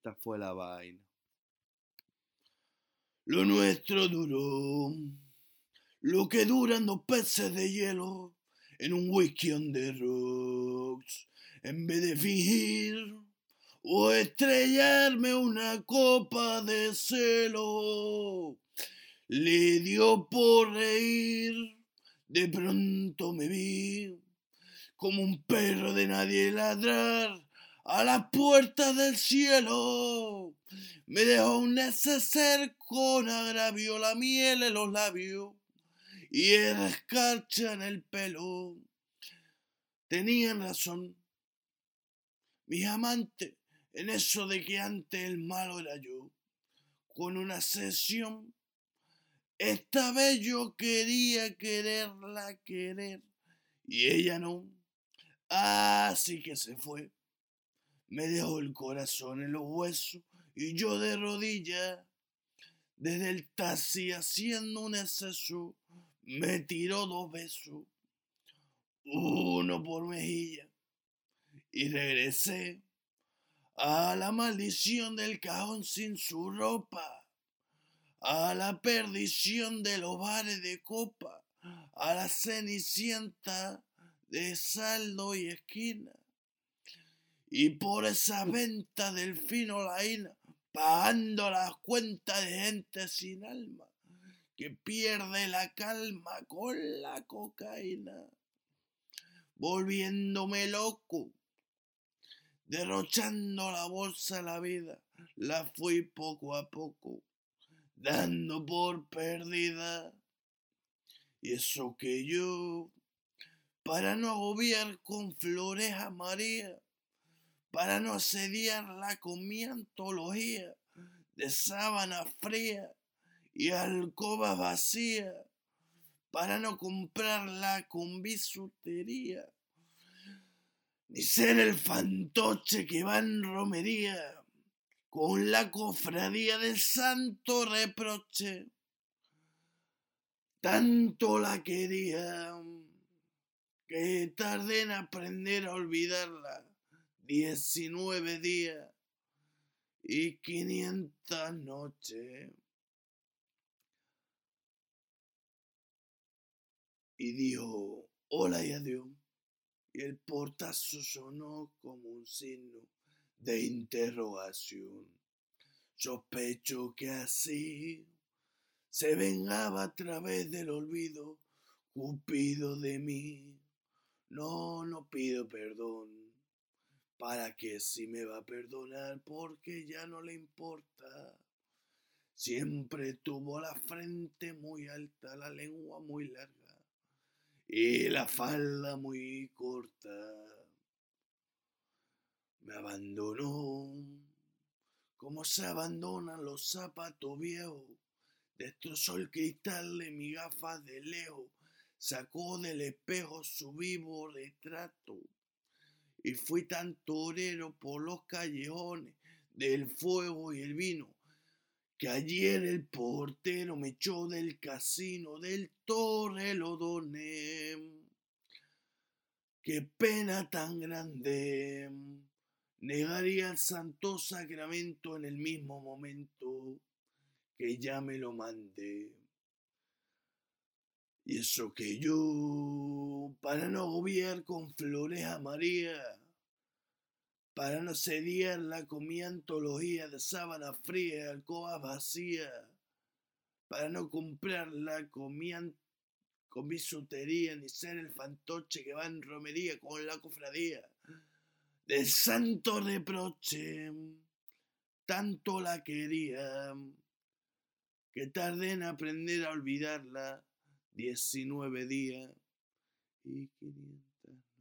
esta fue la vaina. Lo nuestro duró lo que duran 2 peces de hielo en un whisky on the rocks. En vez de fingir o estrellarme una copa de celo, le dio por reír. De pronto me vi como un perro de nadie ladrar a las puertas del cielo. Me dejó un neceser con agravio, la miel en los labios y era escarcha en el pelo. Tenían razón mis amantes en eso de que antes el malo era yo. Con una sesión, esta vez yo quería quererla querer y ella no. Así que se fue. Me dejó el corazón en los huesos y yo de rodillas desde el taxi haciendo un exceso me tiró 2 besos, uno por mejilla y regresé a la maldición del cajón sin su ropa, a la perdición de los bares de copa, a la cenicienta de saldo y esquina. Y por esa venta del fino laína, pagando las cuentas de gente sin alma, que pierde la calma con la cocaína. Volviéndome loco, derrochando la bolsa de la vida, la fui poco a poco, dando por perdida. Y eso que yo, para no agobiar con flores a María, para no asediarla con mi antología de sábana fría y alcoba vacía, para no comprarla con bisutería, ni ser el fantoche que va en romería con la cofradía del santo reproche. Tanto la quería que tardé en aprender a olvidarla. 19 días y 500 noches. Y dijo hola y adiós. Y el portazo sonó como un signo de interrogación. Sospecho que así se vengaba a través del olvido Cupido de mí. No pido perdón. ¿Para qué si me va a perdonar? Porque ya no le importa. Siempre tuvo la frente muy alta, la lengua muy larga y la falda muy corta. Me abandonó como se abandonan los zapatos viejos. Destrozó el cristal de mi gafas de lejos. Sacó del espejo su vivo retrato. Y fui tan torero por los callejones del fuego y el vino, que ayer el portero me echó del casino del Torrelodones. Qué pena tan grande. Negaría el santo sacramento en el mismo momento que ya me lo mandé. Y eso que yo, para no agobiar con flores a María, para no sediarla con mi antología de sábana fría y alcobas vacías, para no comprarla con bisutería, ni ser el fantoche que va en romería con la cofradía del santo reproche. Tanto la quería que tardé en aprender a olvidarla. 19 días y 500